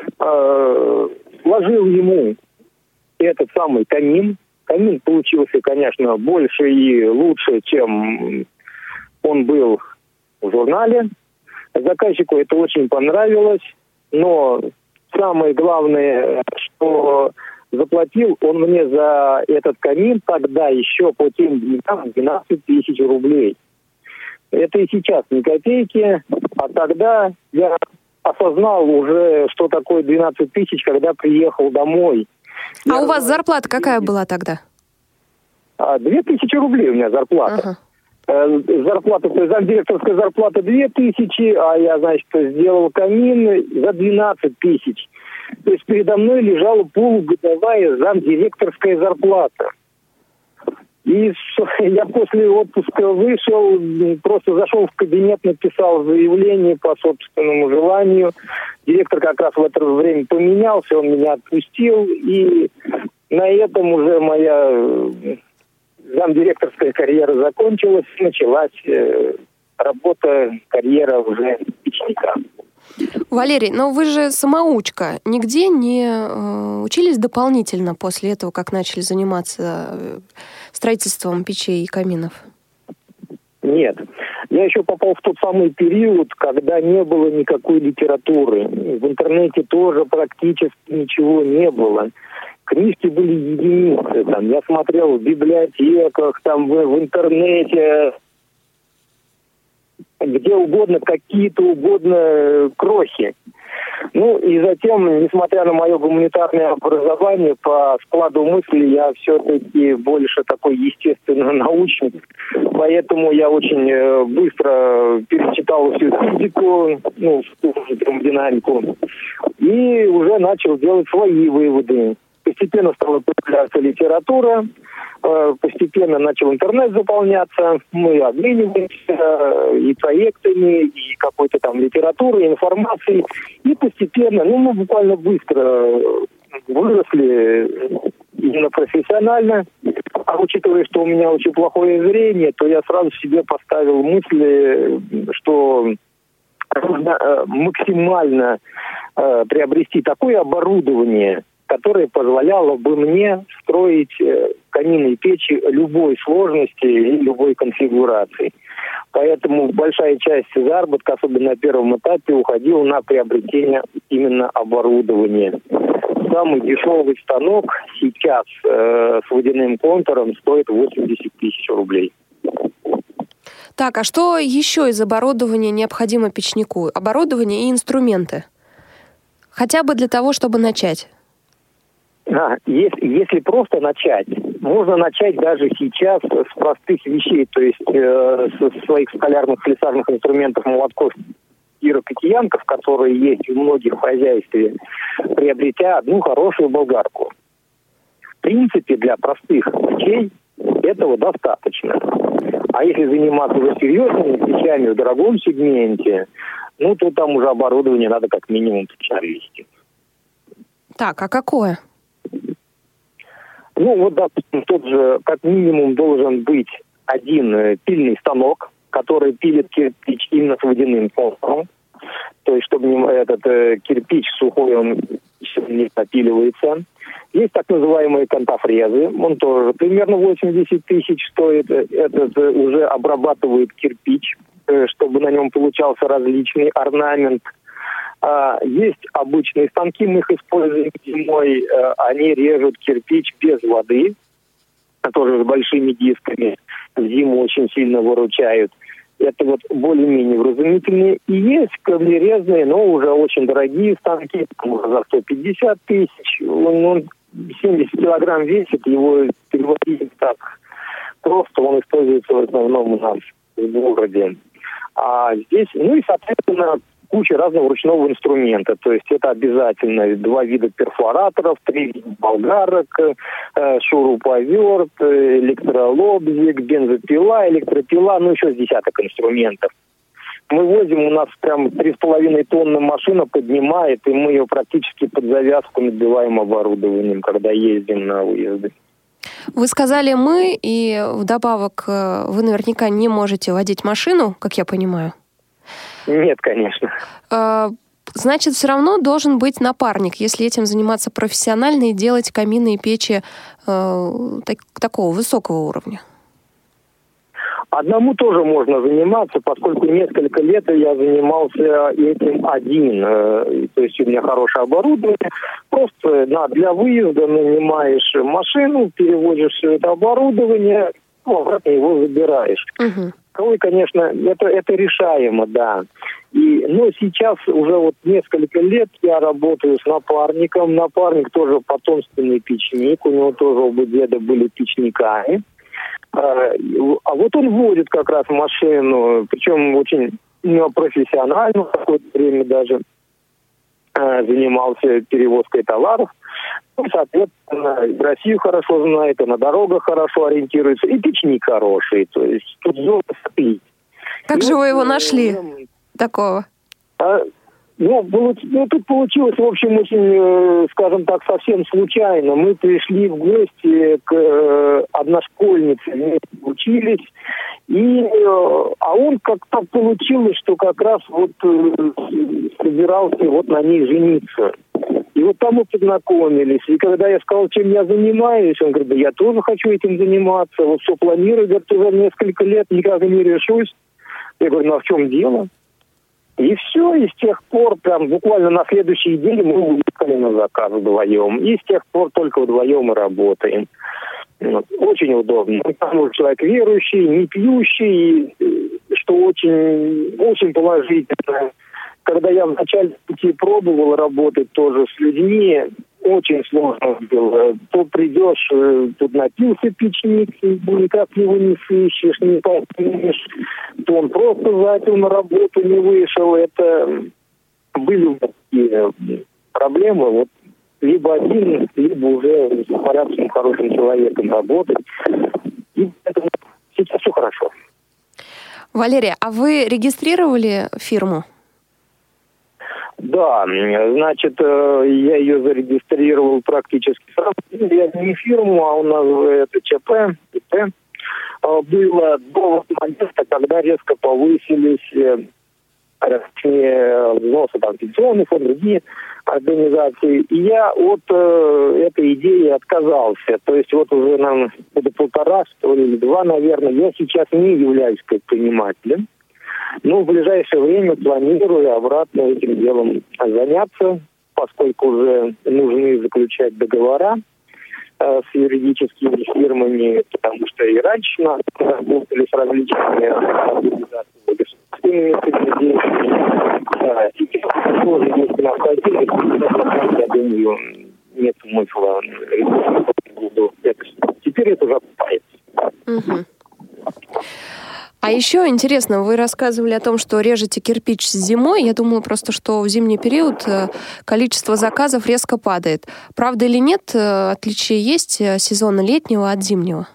сложил ему этот самый камин. Камин получился, конечно, больше и лучше, чем он был в журнале. Заказчику это очень понравилось, но самое главное, что заплатил он мне за этот камин тогда еще по тем деньгам 12 тысяч рублей. Это и сейчас не копейки, а тогда я осознал уже, что такое 12 тысяч, когда приехал домой. А у вас зарплата какая была тогда? 2000 рублей у меня зарплата. Зарплата, то есть замдиректорская зарплата 2000, а я, значит, сделал камин за 12 тысяч. То есть передо мной лежала полугодовая замдиректорская зарплата. И я после отпуска вышел, просто зашел в кабинет, написал заявление по собственному желанию. Директор как раз в это время поменялся, он меня отпустил, и на этом уже моя замдиректорская карьера закончилась, началась работа, карьера уже печника. Валерий, но вы же самоучка. Нигде не учились дополнительно после этого, как начали заниматься строительством печей и каминов? Нет. Я еще попал в тот самый период, когда не было никакой литературы. В интернете тоже практически ничего не было. Книжки были единицы. Там, я смотрел в библиотеках, там, в интернете, где угодно, какие-то угодно крохи. Ну и затем, несмотря на мое гуманитарное образование, по складу мысли я все-таки больше такой естественно научник. Поэтому я очень быстро перечитал всю физику, термодинамику, и уже начал делать свои выводы. Постепенно стала появляться литература, постепенно начал интернет заполняться, мы обмениваемся и проектами, и какой-то там литературой, информацией, и постепенно, мы буквально быстро выросли именно профессионально, а учитывая, что у меня очень плохое зрение, то я сразу себе поставил мысли, что нужно максимально приобрести такое оборудование, которое позволяло бы мне строить каминные печи любой сложности и любой конфигурации. Поэтому большая часть заработка, особенно на первом этапе, уходила на приобретение именно оборудования. Самый дешевый станок сейчас с водяным контуром стоит 80 тысяч рублей. Так, а что еще из оборудования необходимо печнику? Оборудование и инструменты. Хотя бы для того, чтобы начать. Если просто начать, можно начать даже сейчас с простых вещей, то есть со своих столярных, слесарных инструментов, молотков, кирок и киянков, которые есть у многих в хозяйстве, приобретя одну хорошую болгарку. В принципе, для простых печей этого достаточно. А если заниматься уже серьезными печами в дорогом сегменте, то там уже оборудование надо как минимум специалистов. Так, а какое? Допустим, тот же, как минимум, должен быть один пильный станок, который пилит кирпич именно с водяным контуром. То есть, чтобы этот кирпич сухой, он не напиливается. Есть так называемые контафрезы. Он тоже примерно 80 тысяч стоит. Этот уже обрабатывает кирпич, чтобы на нем получался различный орнамент. Есть обычные станки, мы их используем зимой. Они режут кирпич без воды, тоже с большими дисками. Зиму очень сильно выручают. Это более-менее вразумительные. И есть камнерезные, но уже очень дорогие станки, за 150 тысяч. Он 70 килограмм весит, его переводить так просто, он используется в основном у нас в городе. А здесь, и, соответственно, куча разного ручного инструмента. То есть это обязательно 2 вида перфораторов, 3 вида болгарок, шуруповерт, электролобзик, бензопила, электропила, еще с десяток инструментов. Мы возим, у нас прям 3,5 тонны машина поднимает, и мы ее практически под завязку набиваем оборудованием, когда ездим на выезды. Вы сказали «мы», и вдобавок вы наверняка не можете водить машину, как я понимаю. Нет, конечно. Значит, все равно должен быть напарник, если этим заниматься профессионально и делать каминные печи такого высокого уровня. Одному тоже можно заниматься, поскольку несколько лет я занимался этим один. То есть у меня хорошее оборудование. Просто для выезда нанимаешь машину, перевозишь все это оборудование, обратно его забираешь. Угу. Конечно, это решаемо, да. Но сейчас уже несколько лет я работаю с напарником. Напарник тоже потомственный печник, у него тоже оба деда были печниками. А он водит как раз машину, причем очень профессионально, в какое-то время даже занимался перевозкой товаров. Соответственно, Россию хорошо знает, и на дорогах хорошо ориентируется, и печник хороший, то есть тут зона спит. Как же вы его нашли, такого? Тут получилось, в общем, очень, скажем так, совсем случайно. Мы пришли в гости к одношкольнице, вместе учились, а он как-то получилось, что как раз собирался на ней жениться. И там мы познакомились. И когда я сказал, чем я занимаюсь, он говорит, да я тоже хочу этим заниматься. Все планирую, говорит, уже несколько лет, никак не решусь. Я говорю, а в чем дело? И все, и с тех пор, прям буквально на следующий день мы уехали на заказ вдвоем. И с тех пор только вдвоем и работаем. Очень удобно. Потому что человек верующий, не пьющий, что очень, очень положительно. Когда я в начале пути пробовал работать тоже с людьми, очень сложно было. То придешь, тут напился печник, никак его не сыщешь, не поймешь. То он просто запил на работу, не вышел. Это были такие проблемы. Либо один, либо уже с порядочным, хорошим человеком работать. И поэтому сейчас все хорошо. Валерий, а вы регистрировали фирму? Да, значит, я ее зарегистрировал практически сразу. Я не фирму, а у нас это ЧП, ИП. Было до момента, когда резко повысились различные взносы, там, пенсионный фонд, другие организации. И я от этой идеи отказался. То есть вот уже нам года 1,5, что ли, или 2, наверное, я сейчас не являюсь предпринимателем. Но в ближайшее время планирую обратно этим делом заняться, поскольку уже нужно заключать договора с юридическими фирмами, потому что и раньше нас работали с различными организациями, государственными учреждениями. Сейчас тоже есть необходимость, я думаю, нет смысла. Теперь это уже окупается. А еще интересно, вы рассказывали о том, что режете кирпич зимой. Я думала просто, что в зимний период количество заказов резко падает. Правда или нет, отличие есть сезона летнего от зимнего?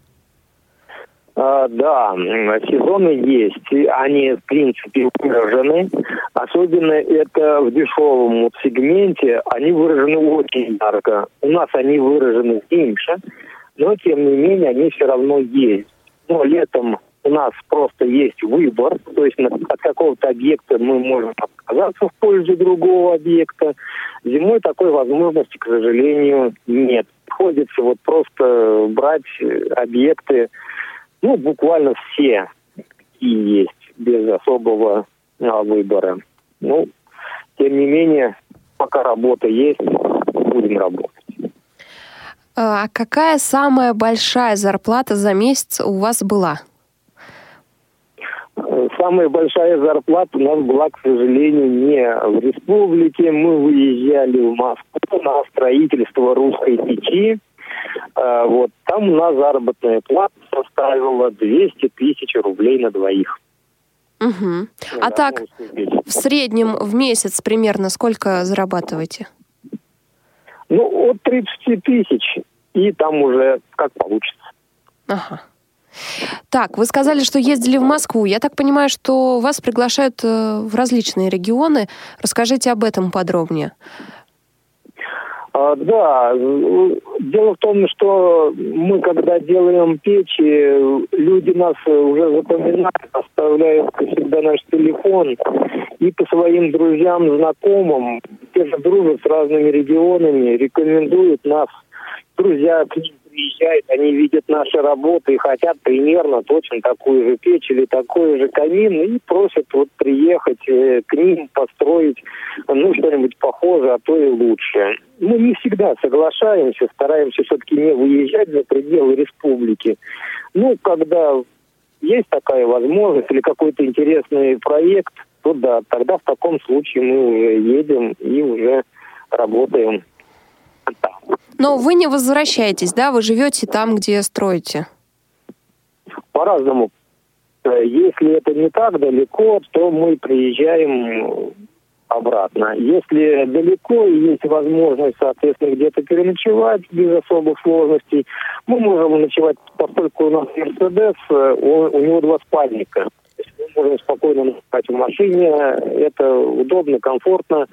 Да, сезоны есть. Они, в принципе, выражены. Особенно это в дешевом сегменте. Они выражены очень ярко. У нас они выражены меньше, но, тем не менее, они все равно есть. Но летом у нас просто есть выбор, то есть от какого-то объекта мы можем отказаться в пользу другого объекта. Зимой такой возможности, к сожалению, нет. Приходится вот просто брать объекты, буквально все, какие есть, без особого выбора. Тем не менее, пока работа есть, будем работать. А какая самая большая зарплата за месяц у вас была? Самая большая зарплата у нас была, к сожалению, не в республике. Мы выезжали в Москву на строительство русской печи. Там у нас заработная плата составила 200 тысяч рублей на двоих. Угу. А так, в среднем в месяц примерно сколько зарабатываете? От 30 тысяч. И там уже как получится. Ага. Так, вы сказали, что ездили в Москву. Я так понимаю, что вас приглашают в различные регионы. Расскажите об этом подробнее. Да, дело в том, что мы, когда делаем печи, люди нас уже запоминают, оставляют всегда наш телефон и по своим друзьям, знакомым, те же дружат с разными регионами, рекомендуют нас. Друзья к ним приезжают, они видят наши работы и хотят примерно точно такую же печь или такой же камин и просят приехать к ним, построить что-нибудь похожее, а то и лучше. Мы не всегда соглашаемся, стараемся все-таки не выезжать за пределы республики. Когда есть такая возможность или какой-то интересный проект, то да, тогда в таком случае мы уже едем и уже работаем там. Но вы не возвращаетесь, да? Вы живете там, где строите? По-разному. Если это не так далеко, то мы приезжаем обратно. Если далеко и есть возможность, соответственно, где-то переночевать без особых сложностей, мы можем ночевать, поскольку у нас Мерседес, у него 2 спальника. Мы можем спокойно ночевать в машине, это удобно, комфортно.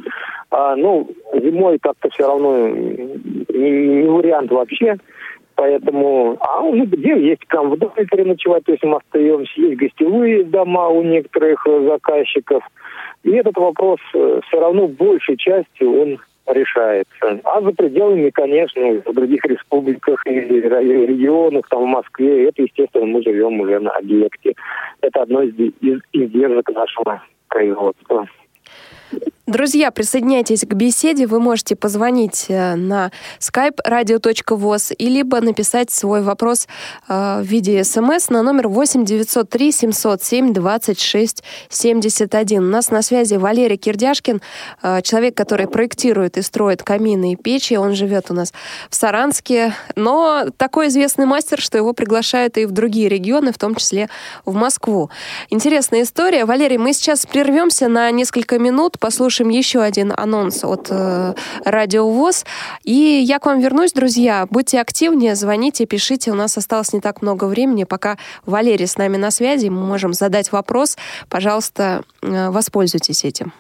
Зимой как-то все равно не вариант вообще. Поэтому, где есть в доме переночевать, то есть мы остаемся, есть гостевые дома у некоторых заказчиков. И этот вопрос все равно большей частью он решается. А за пределами, конечно, в других республиках или регионах, в Москве, это, естественно, мы живем уже на объекте. Это одно из издержек нашего производства. Друзья, присоединяйтесь к беседе. Вы можете позвонить на skype radio.voz и либо написать свой вопрос в виде смс на номер 8 903 707 26 71. У нас на связи Валерий Кирдяшкин, человек, который проектирует и строит камины и печи. Он живет у нас в Саранске, но такой известный мастер, что его приглашают и в другие регионы, в том числе в Москву. Интересная история. Валерий, мы сейчас прервемся на несколько минут, послушаем еще один анонс от Радио ВОС. И я к вам вернусь, друзья. Будьте активнее, звоните, пишите. У нас осталось не так много времени. Пока Валерий с нами на связи, мы можем задать вопрос. Пожалуйста, воспользуйтесь этим.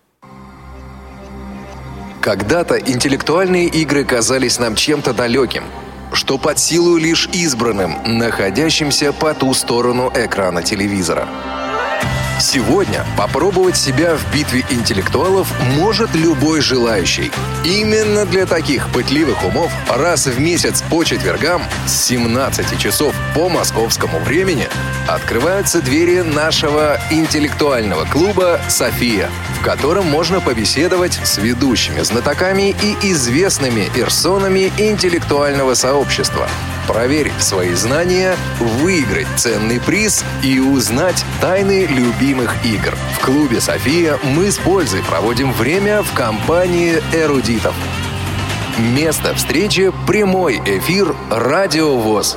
Когда-то интеллектуальные игры казались нам чем-то далеким, что под силу лишь избранным, находящимся по ту сторону экрана телевизора. Сегодня попробовать себя в битве интеллектуалов может любой желающий. Именно для таких пытливых умов раз в месяц по четвергам с 17 часов по московскому времени открываются двери нашего интеллектуального клуба «София», в котором можно побеседовать с ведущими знатоками и известными персонами интеллектуального сообщества, проверить свои знания, выиграть ценный приз и узнать тайны любимых игр. В клубе «София» мы с пользой проводим время в компании эрудитов. Место встречи – прямой эфир «Радио ВОС».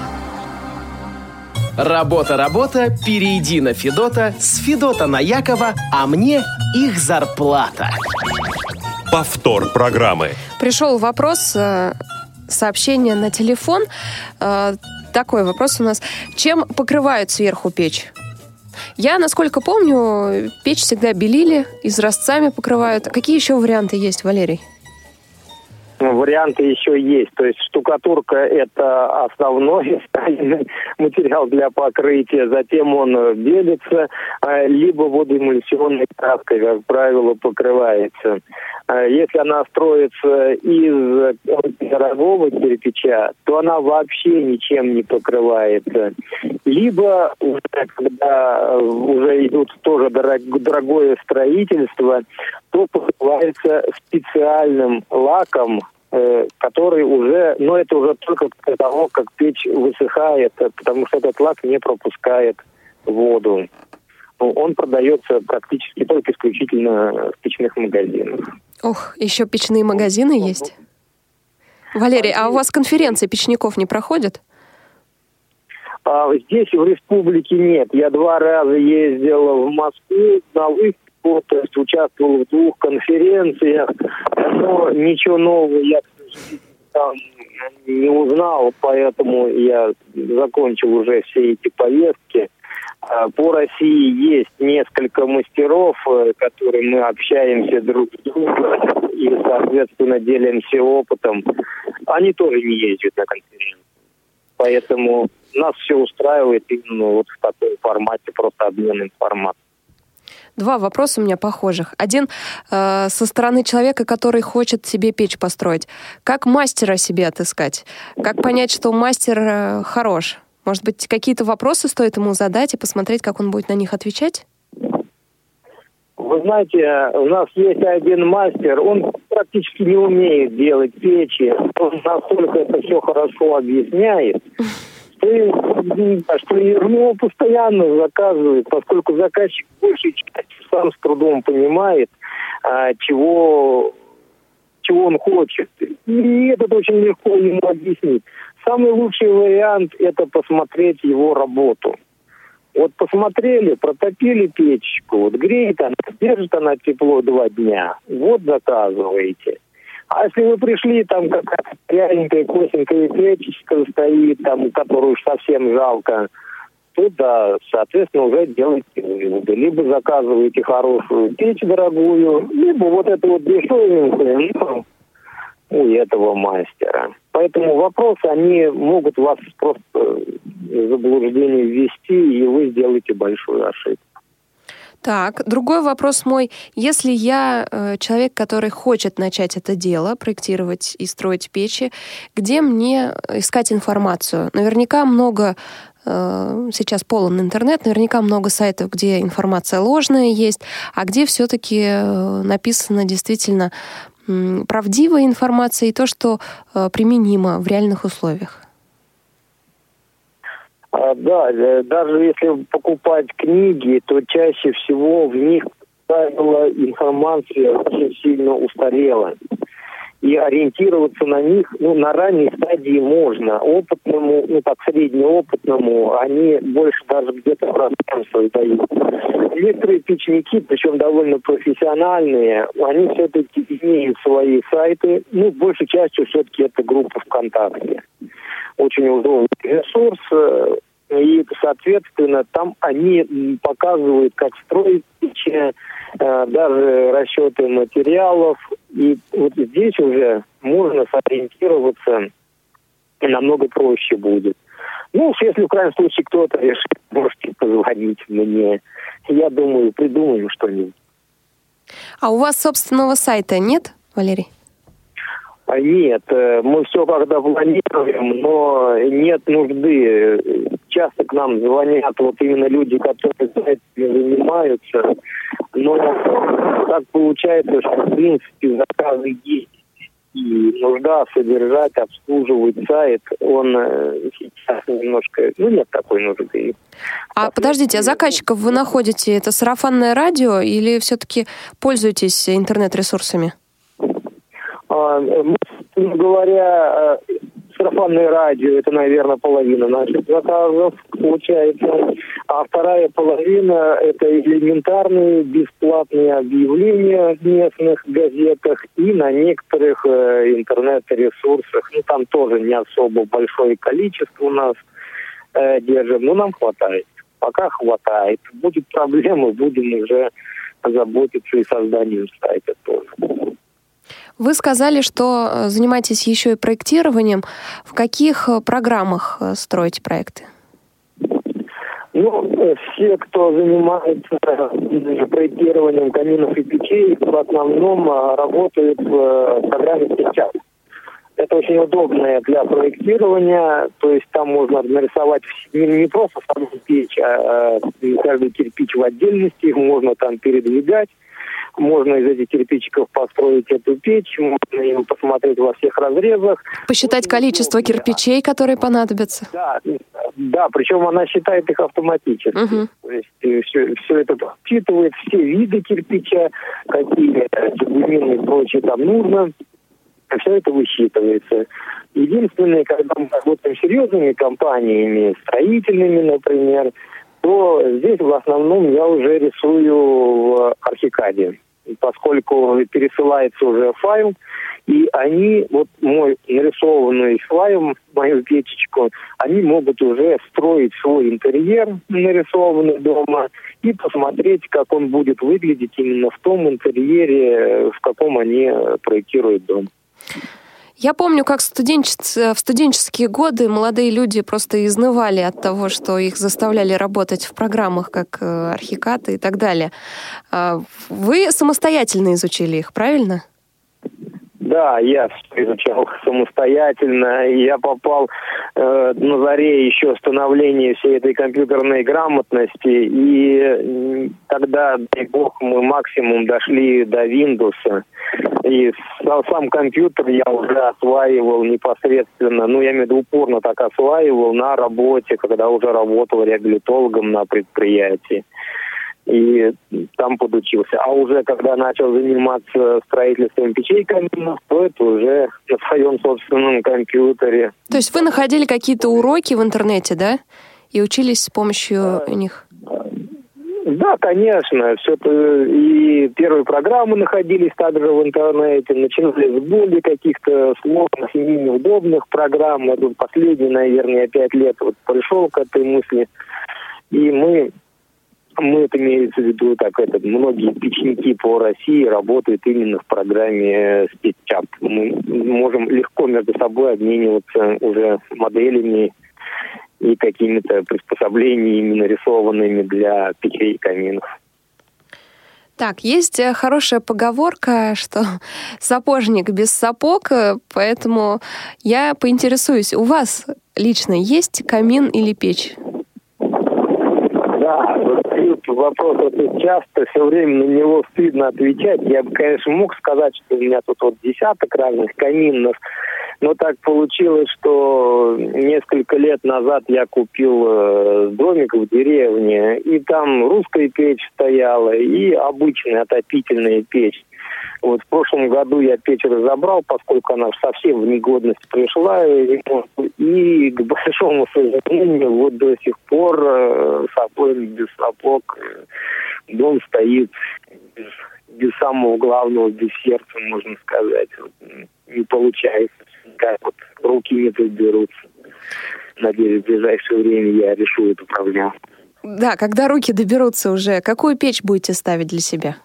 Работа, перейди на Федота, с Федота на Якова, а мне их зарплата. Повтор программы. Пришел вопрос, сообщение на телефон. Такой вопрос у нас. Чем покрывают сверху печь? Я, насколько помню, печь всегда белили, изразцами покрывают. А какие еще варианты есть, Валерий? Варианты еще есть. То есть штукатурка – это основной материал для покрытия. Затем он белится, либо водоэмульсионной краской, как правило, покрывается. Если она строится из дорогого кирпича, то она вообще ничем не покрывается. Либо, когда уже идут тоже дорогое строительство, то покрывается специальным лаком, который уже, но это уже только после того, как печь высыхает, потому что этот лак не пропускает воду. Он продается практически только исключительно в печных магазинах. Ох, еще печные магазины есть? Валерий, а у вас конференции печников не проходят? Здесь в республике нет. Я 2 раза ездил в Москву на выставку, то есть участвовал в 2 конференциях, но ничего нового я там не узнал, поэтому я закончил уже все эти поездки. По России есть несколько мастеров, которые мы общаемся друг с другом и, соответственно, делимся опытом. Они тоже не ездят на конференции. Поэтому нас все устраивает именно вот в таком формате, просто обмен информацией. 2 вопроса у меня похожих. Один со стороны человека, который хочет себе печь построить. Как мастера себе отыскать? Как понять, что мастер хорош? Может быть, какие-то вопросы стоит ему задать и посмотреть, как он будет на них отвечать? Вы знаете, у нас есть один мастер, он практически не умеет делать печи. Он настолько это все хорошо объясняет, что его постоянно заказывают, поскольку заказчик большей частью сам с трудом понимает, чего он хочет. И это очень легко ему объяснить. Самый лучший вариант – это посмотреть его работу. Вот посмотрели, протопили печку, вот греет она, держит она тепло 2 дня, вот заказываете. А если вы пришли, там какая-то пряленькая, косенькая печечка стоит, там, которую уж совсем жалко, то да, соответственно, уже делаете выводы. Либо заказываете хорошую печь дорогую, либо вот это вот дешевенькое, у этого мастера. Поэтому вопросы, они могут вас просто в заблуждение ввести, и вы сделаете большую ошибку. Так, другой вопрос мой. Если я человек, который хочет начать это дело, проектировать и строить печи, где мне искать информацию? Наверняка много, сейчас полон интернет, наверняка много сайтов, где информация ложная есть, а где все-таки написано действительно правдивая информация и то, что применимо в реальных условиях. Да, даже если покупать книги, то чаще всего в них, как правило, информация очень сильно устарела. И ориентироваться на них, на ранней стадии можно. Опытному, среднеопытному, они больше даже где-то проблем создают. Некоторые печники, причем довольно профессиональные, они все-таки имеют свои сайты. Большей частью все-таки это группа ВКонтакте. Очень удобный ресурс. И, соответственно, там они показывают, как строить печи, даже расчеты материалов. И вот здесь уже можно сориентироваться, и намного проще будет. Если в крайнем случае кто-то решит, можете позвонить мне. я думаю, придумаем что-нибудь. А у вас собственного сайта нет, Валерий? Нет, мы все когда планируем, но нет нужды. Часто к нам звонят вот именно люди, которые этим занимаются. Но так получается, что в принципе заказы есть. И нужда содержать, обслуживать сайт, он сейчас немножко... нет такой нужды. А подождите, а заказчиков вы находите, это сарафанное радио или все-таки пользуетесь интернет-ресурсами? Собственно говоря, сарафанное радио — это, наверное, половина наших заказов получается. А вторая половина — это элементарные бесплатные объявления в местных газетах и на некоторых интернет-ресурсах. Там тоже не особо большое количество у нас держим, но нам хватает. Пока хватает. Будет проблемы, будем уже заботиться и созданием сайта тоже. Вы сказали, что занимаетесь еще и проектированием. В каких программах строите проекты? Все, кто занимается проектированием каминов и печей, в основном работают в программе SketchUp. Это очень удобное для проектирования, то есть там можно нарисовать не просто саму печь, а каждый кирпич в отдельности, их можно там передвигать. Можно из этих кирпичиков построить эту печь, можно ее посмотреть во всех разрезах. Посчитать количество кирпичей, которые понадобятся. Да, причем она считает их автоматически. Угу. То есть все это подсчитывает, все виды кирпича, какие глубины и прочее там нужно. Все это высчитывается. Единственное, когда мы работаем с серьезными компаниями, строительными, например, то здесь в основном я уже рисую в Архикаде, поскольку пересылается уже файл, и они, мой нарисованный файл, мою печечку, они могут уже строить свой интерьер, нарисованный дома, и посмотреть, как он будет выглядеть именно в том интерьере, в каком они проектируют дом. Я помню, как в студенческие годы молодые люди просто изнывали от того, что их заставляли работать в программах, как Архикад и так далее. Вы самостоятельно изучили их, правильно? Да, я изучал самостоятельно. Я попал на заре еще становления всей этой компьютерной грамотности. И тогда, дай бог, мы максимум дошли до Windows. И сам компьютер я уже осваивал непосредственно, я имею в виду упорно так осваивал на работе, когда уже работал реабилитологом на предприятии. И там подучился. А уже когда начал заниматься строительством печей каминов, то это уже на своем собственном компьютере. То есть вы находили какие-то уроки в интернете, да? И учились с помощью них? Да, конечно. Все-то и первые программы находились также в интернете. Начинали с более каких-то сложных и неудобных программ. Я тут последние, наверное, 5 лет пришел к этой мысли. И мы это имеется в виду, многие печники по России работают именно в программе SketchUp. Мы можем легко между собой обмениваться уже моделями и какими-то приспособлениями, нарисованными для печей и каминов. Так, есть хорошая поговорка, что сапожник без сапог, поэтому я поинтересуюсь, у вас лично есть камин или печь? Да, задают вопрос часто, все время на него стыдно отвечать. Я бы, конечно, мог сказать, что у меня тут десяток разных каминов, но так получилось, что несколько лет назад я купил домик в деревне, и там русская печь стояла и обычная отопительная печь. В прошлом году я печь разобрал, поскольку она совсем в негодность пришла, и к большому сожалению, до сих пор без сапог дом стоит без самого главного, без сердца, можно сказать. Не получается, как руки не подберутся. Надеюсь, в ближайшее время я решу эту проблему. Да, когда руки доберутся уже, какую печь будете ставить для себя?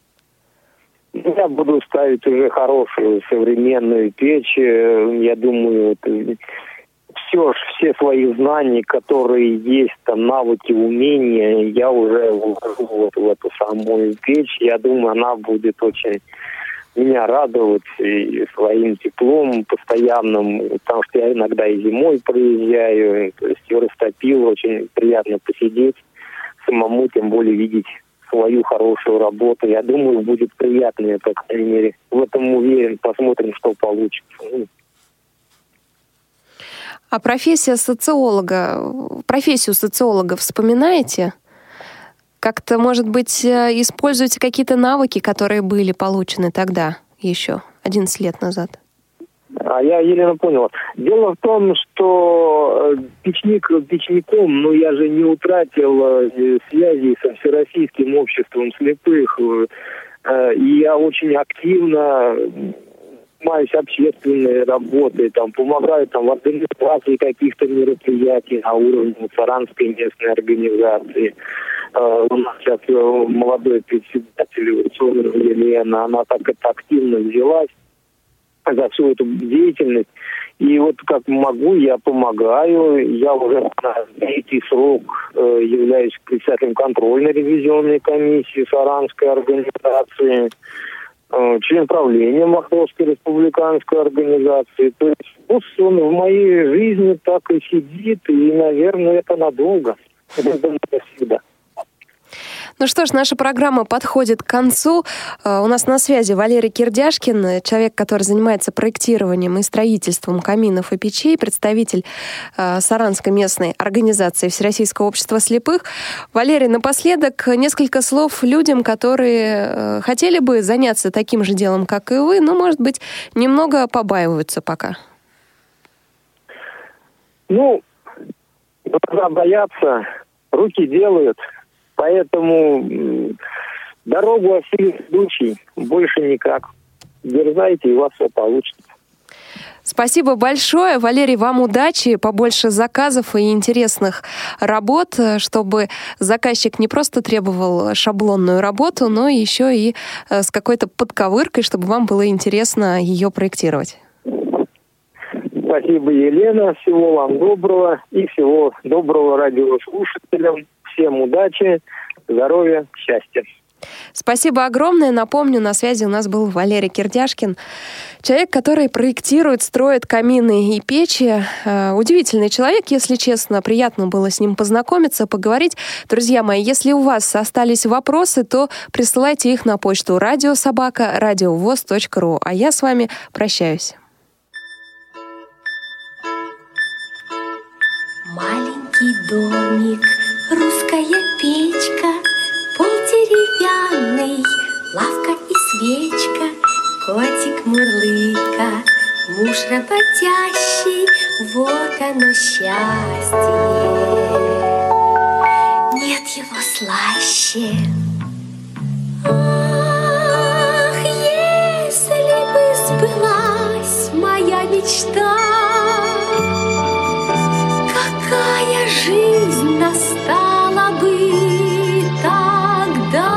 Я буду ставить уже хорошую современную печь. Я думаю, несешь все свои знания, которые есть, там, навыки, умения, я уже вложу вот в эту самую печь. Я думаю, она будет очень меня радовать и своим теплом постоянным, потому что я иногда и зимой проезжаю, то есть ее растопил, очень приятно посидеть самому, тем более видеть свою хорошую работу. Я думаю, будет приятно, я, по крайней мере, в этом уверен. Посмотрим, что получится. А профессию социолога вспоминаете? Как-то, может быть, используете какие-то навыки, которые были получены тогда еще, 11 лет назад? Я, Елена, поняла. Дело в том, что печник печником, но я же не утратил связи со Всероссийским обществом слепых. И я очень активно занимаюсь общественной работой, там, помогаю там, в организации каких-то мероприятий на уровне Саранской местной организации. У нас сейчас молодой председатель Елена, она так это активно взялась за всю эту деятельность. И вот как могу, я помогаю. Я уже на третий срок являюсь председателем контрольно-ревизионной комиссии Саранской организации, член правления Махновской республиканской организации. То есть вот он в моей жизни так и сидит, и, наверное, это надолго. Это всегда. Ну что ж, наша программа подходит к концу. У нас на связи Валерий Кирдяшкин, человек, который занимается проектированием и строительством каминов и печей, представитель Саранской местной организации Всероссийского общества слепых. Валерий, напоследок несколько слов людям, которые хотели бы заняться таким же делом, как и вы, но, может быть, немного побаиваются пока. Глаза боятся, руки делают. Поэтому дорогу осилит идущий, больше никак. Дерзайте, и у вас все получится. Спасибо большое. Валерий, вам удачи, побольше заказов и интересных работ, чтобы заказчик не просто требовал шаблонную работу, но еще и с какой-то подковыркой, чтобы вам было интересно ее проектировать. Спасибо, Елена. Всего вам доброго и всего доброго радиослушателям. Всем удачи, здоровья, счастья. Спасибо огромное. Напомню, на связи у нас был Валерий Кирдяшкин, человек, который проектирует, строит камины и печи. Удивительный человек, если честно. Приятно было с ним познакомиться, поговорить. Друзья мои, если у вас остались вопросы, то присылайте их на почту radio@radiovoz.ru. А я с вами прощаюсь. Маленький домик, русская печка, пол деревянный, лавка и свечка, котик мурлыка, муж работящий, вот оно счастье. Нет его слаще. Ах, если бы сбылась моя мечта, какая жизнь настала бы тогда?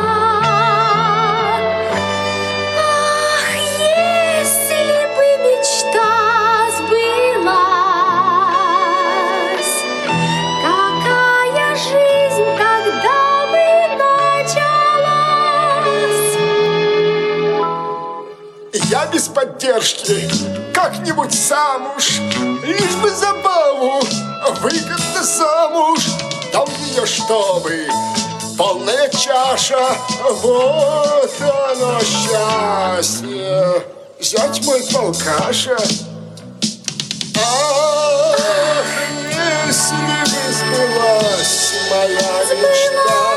Ах, если бы мечта сбылась, какая жизнь тогда бы началась? Я без поддержки как-нибудь сам уж, лишь бы забаву, выгодно замуж, дал ее, чтобы полная чаша, вот оно счастье. Зять мой полкаша. Ах, если бы сбылась моя мечта.